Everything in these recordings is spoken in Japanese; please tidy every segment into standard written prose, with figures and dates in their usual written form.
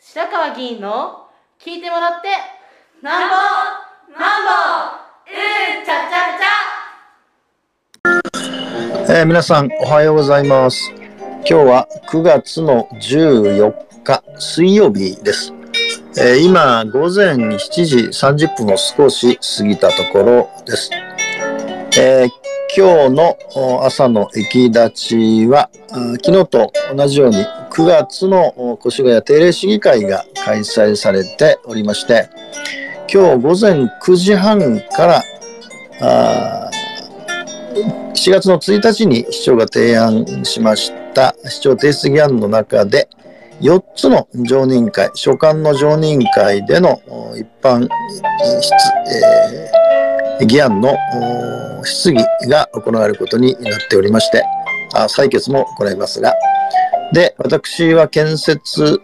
白川議員の聞いてもらってなんぼなんぼちゃちゃちゃ。 皆さんおはようございます。今日は9月の14日水曜日です。今午前7時30分を少し過ぎたところです。今日の朝の駅立ちは昨日と同じように9月の越谷定例市議会が開催されておりまして、今日午前9時半から7月の1日に市長が提案しました市長提出議案の中で4つの常任会、所管の常任会での一般議案の質疑が行われることになっておりまして、採決も行いますが、で、私は建設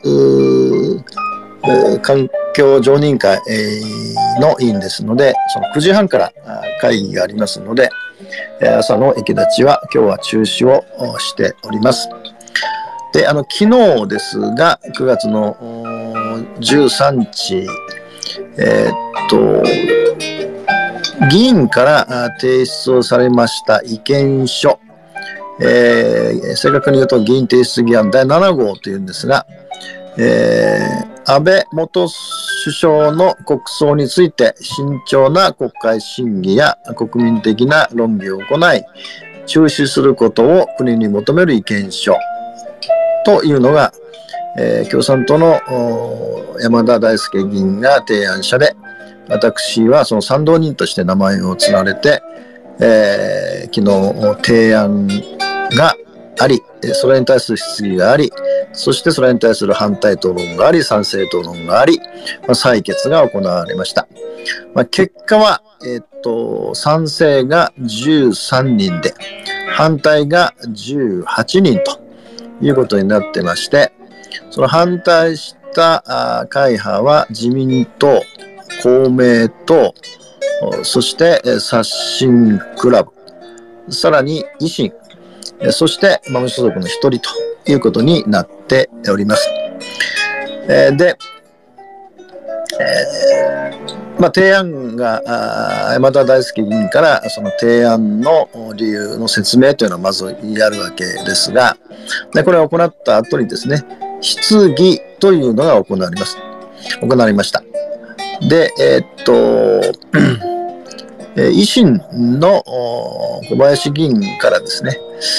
環境常任会の委員ですので、その9時半から会議がありますので、朝の駅立ちは今日は中止をしております。で、昨日ですが、9月の13日、議員から提出をされました意見書、正確に言うと議員提出議案第7号というんですが、安倍元首相の国葬について慎重な国会審議や国民的な論議を行い、中止することを国に求める意見書というのが、共産党の山田大輔議員が提案者で、私はその賛同人として名前を連ねて、昨日提案があり、それに対する質疑があり、そしてそれに対する反対討論があり、賛成討論があり、採決が行われました。結果は、賛成が13人で、反対が18人ということになってまして、その反対した会派は自民党、公明党、そして刷新クラブ、さらに維新、そして無所属の一人ということになっております。で、提案が山田大輔議員からその提案の理由の説明というのをまずやるわけですが、これを行った後にですね、質疑というのが行われました。で、維新の小林議員からですね、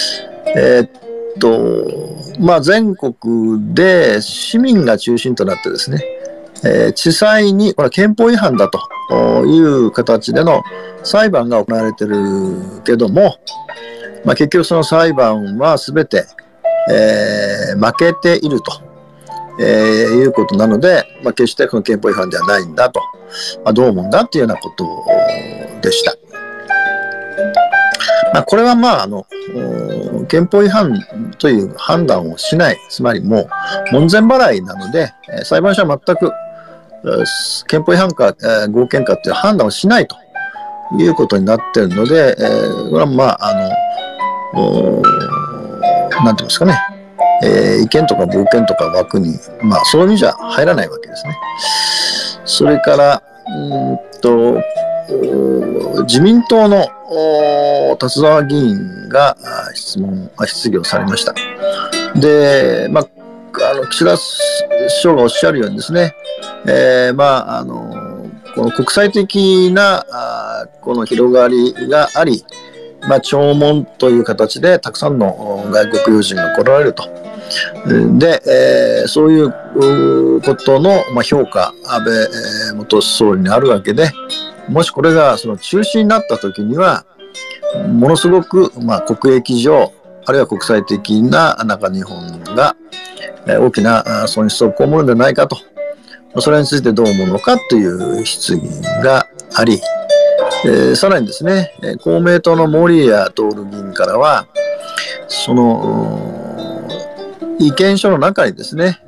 全国で市民が中心となってですね、地裁にこれは憲法違反だという形での裁判が行われているけども、結局その裁判は全て、負けていると、いうことなので、決してこの憲法違反ではないんだと、どう思うんだっていうようなことでした。これは憲法違反という判断をしない、つまりもう門前払いなので、裁判所は全く憲法違反か合憲かという判断をしないということになっているので、これはなんていうんですかね、違憲とか合憲とか枠に、そういう意味じゃ入らないわけですね。それから自民党の達沢議員が質疑をされました。で、岸田首相がおっしゃるようにですね、この国際的なこの広がりがあり、弔問という形でたくさんの外国要人が来られると。で、そういうことの評価、安倍元総理にあるわけで、もしこれがその中止になった時には、ものすごく国益上、あるいは国際的な日本が大きな損失を被るのではないかと、それについてどう思うのかという質疑があり、さらにですね、公明党の森屋徹議員からは、その意見書の中にですね、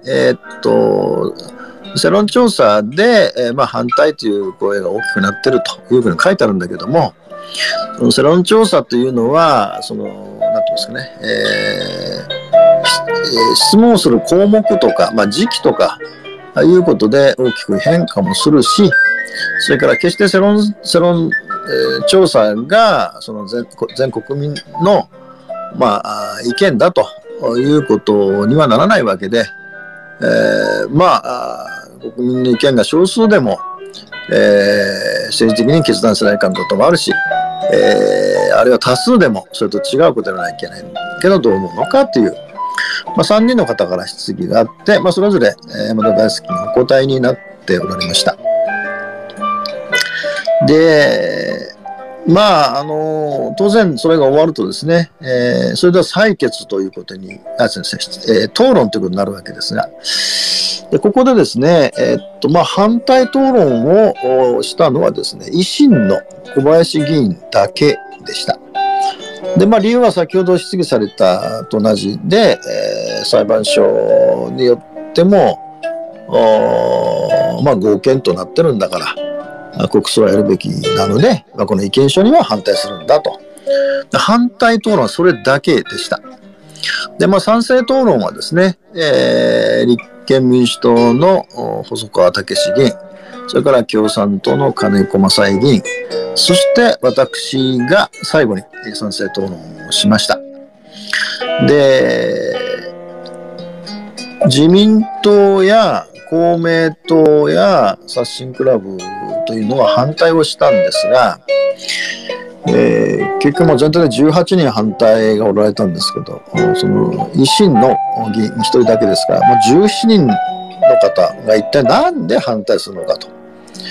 世論調査で、反対という声が大きくなっているというふうに書いてあるんだけども、世論調査というのは、なんていうんですかね、質問する項目とか、時期とか、 いうことで大きく変化もするし、それから決して世論調査がその全国民の、意見だということにはならないわけで、国民の意見が少数でも、政治的に決断せないかんこともあるし、あるいは多数でもそれと違うことではないといけないけどどう思うのかという、3人の方から質疑があって、それぞれ山田大輔がお答えになっておられました。で、当然それが終わるとですね、それでは採決ということに、討論ということになるわけですが、でここでですね、反対討論をしたのはですね、維新の小林議員だけでした。で、理由は先ほど質疑されたと同じで、裁判所によっても、合憲となってるんだから、国葬はやるべきなので、この意見書には反対するんだと。反対討論はそれだけでした。で、賛成討論はですね、立憲民主党の細川武史議員、それから共産党の金子雅恵議員、そして私が最後に賛成討論をしました。で、自民党や公明党や刷新クラブというのは反対をしたんですが、結局もう全体で18人反対がおられたんですけど、その維新の議員1人だけですから、17人の方が一体なんで反対するのかと。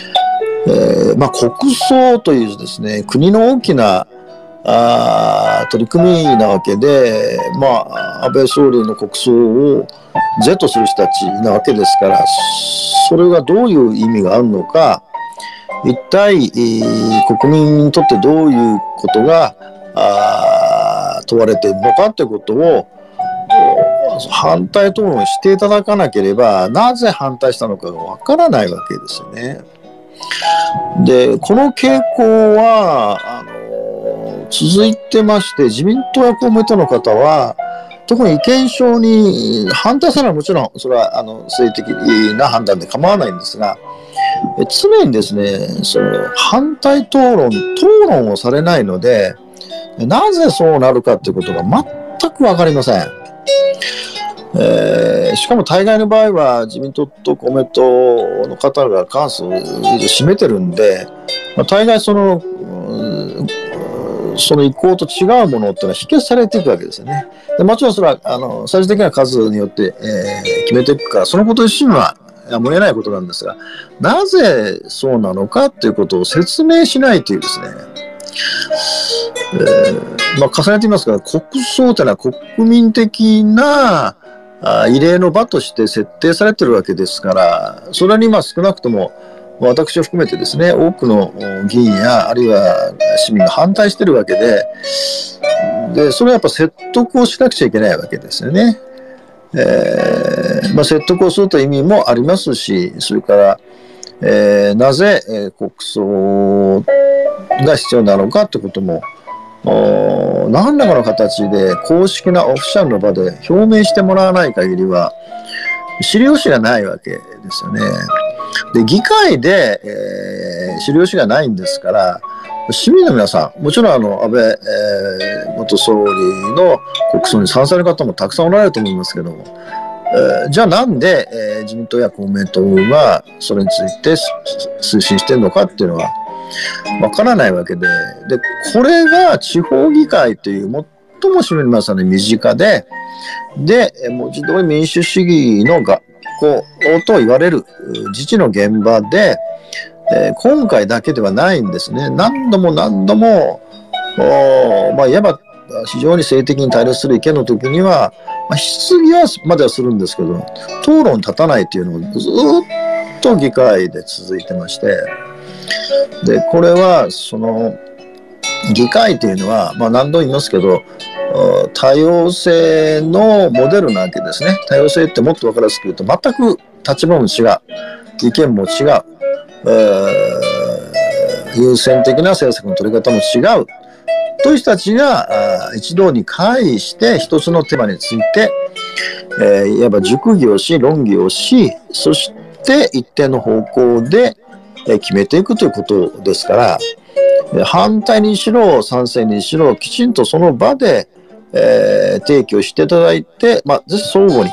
国葬というですね、国の大きな取り組みなわけで、安倍総理の国葬を是とする人たちなわけですから、それがどういう意味があるのか、一体、国民にとってどういうことが問われているのかということを反対討論していただかなければ、なぜ反対したのかがわからないわけですよね。で、この傾向は続いてまして、自民党や公明党の方は特に意見書に反対するのはもちろんそれは政治的な判断で構わないんですが、常にですね、その反対討論をされないので、なぜそうなるかということが全くわかりません。しかも大概の場合は自民党と公明党の方が過半数を占めてるんで、大概その意向と違うものっていうのは否決されていくわけですよね。でもちろんそれは最終的な数によって、決めていくから、そのこと自身はやむを得ないことなんですが、なぜそうなのかということを説明しないというですね、重ねてみますが、国葬というのは国民的な異例の場として設定されているわけですから、それに少なくとも私を含めてですね、多くの議員やあるいは市民が反対しているわけで、それはやっぱ説得をしなくちゃいけないわけですよね。説得をするという意味もありますし、それから、なぜ、国葬が必要なのかということも何らかの形で公式なオフィシャルの場で表明してもらわない限りは知る由がないわけですよね。で、議会で、知る由がないんですから、市民の皆さん、もちろん安倍、元総理の国葬に賛成の方もたくさんおられると思いますけども、じゃあなんで、自民党や公明党がそれについて推進してるのかっていうのはわからないわけで、これが地方議会という最も市民の皆さんに身近で、文字通り民主主義の学校と言われる自治の現場で、今回だけではないんですね。何度もいわば非常に性的に対立する意見の時には、質疑はまではするんですけど、討論立たないというのがずっと議会で続いてまして、で、これはその議会というのは、何度も言いますけど、多様性のモデルなわけですね。多様性ってもっと分かりやすく言うと、全く立場も違う、意見も違う、優先的な政策の取り方も違うという人たちが一堂に会して一つのテーマについて、いわば熟議をし論議をし、そしって一定の方向で決めていくということですから、反対にしろ賛成にしろきちんとその場で、提起をしていただいて、ぜひ相互に、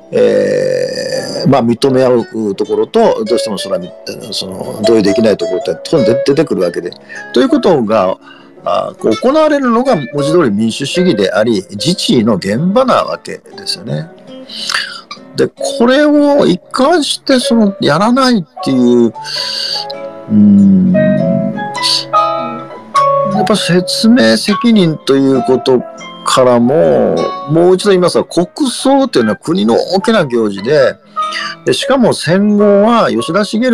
認め合うところと、どうしてもそれは同意できないところって当然出てくるわけで、ということが行われるのが文字通り民主主義であり、自治の現場なわけですよね。で、これを一貫してやらないっていう、やっぱ説明責任ということからも、もう一度言いますが、国葬というのは国の大きな行事で、しかも戦後は吉田茂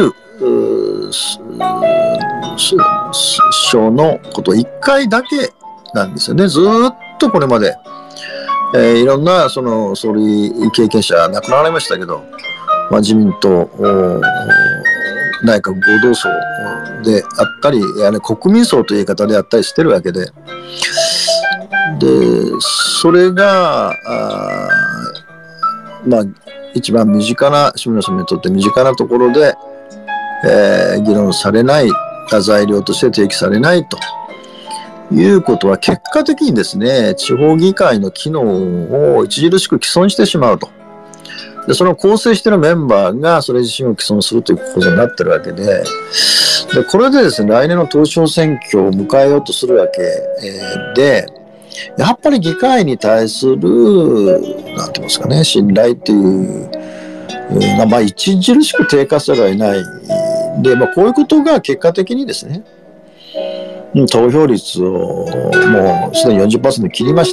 首相のこと1回だけなんですよね。ずーっとこれまで、いろんな総理経験者亡くなられましたけど、自民党内閣合同葬であったり、国民葬という言い方であったりしてるわけで、それが一番身近な市民の人にとって身近なところで、議論されない材料として提起されないということは結果的にですね、地方議会の機能を著しく毀損してしまうと。で、その構成しているメンバーがそれ自身を毀損するということになってるわけで、これでですね、来年の統一選挙を迎えようとするわけで、やっぱり議会に対する、なんて言いますかね、信頼っていうのが、著しく低下せざるを得ない。で、こういうことが結果的にですね、投票率をもうすでに 40% 切りました。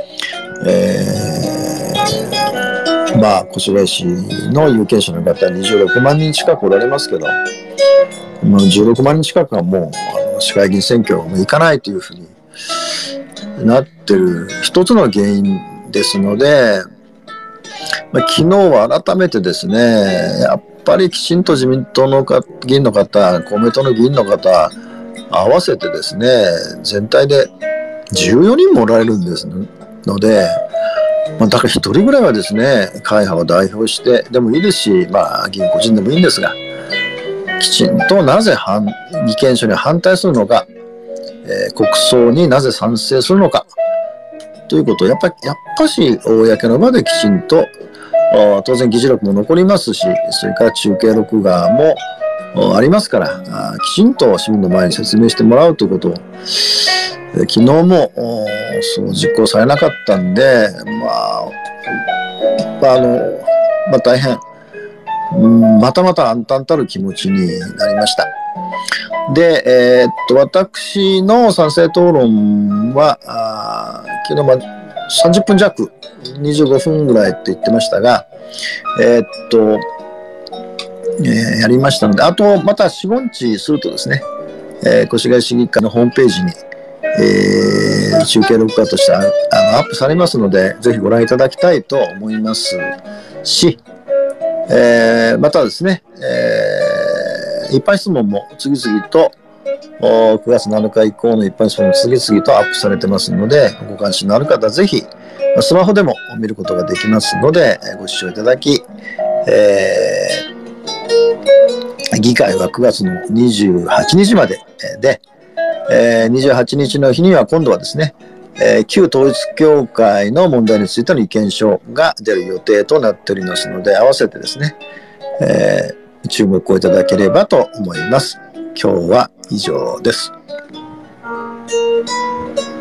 越谷市の有権者の方は26万人近くおられますけど、16万人近くはもう市会議員選挙も行かないというふうになってる一つの原因ですので、昨日は改めてですね、やっぱりきちんと自民党の議員の方、公明党の議員の方、合わせてですね、全体で14人もおられるんですので、だから1人ぐらいはですね、会派を代表してでもいいですし、議員個人でもいいんですが、きちんとなぜ議決書に反対するのか、国葬になぜ賛成するのかということをやっぱし公の場できちんと、当然議事録も残りますし、それから中継録画もありますから、きちんと市民の前に説明してもらうということを、昨日もそう実行されなかったんで、大変、またまた暗淡たる気持ちになりました。で、私の賛成討論は、昨日30分弱、25分ぐらいって言ってましたが、やりましたので、あとまた4、5日するとですね、越谷市議会のホームページに、中継録画としてアップされますので、ぜひご覧いただきたいと思いますし、またですね、一般質問も次々と9月7日以降の一般質問も次々とアップされてますので、ご関心のある方はぜひスマホでも見ることができますので、ご視聴いただき、議会は9月の28日までで、28日の日には今度はですね、旧統一教会の問題についての意見書が出る予定となっておりますので、合わせてですね、注目をいただければと思います。今日は以上です。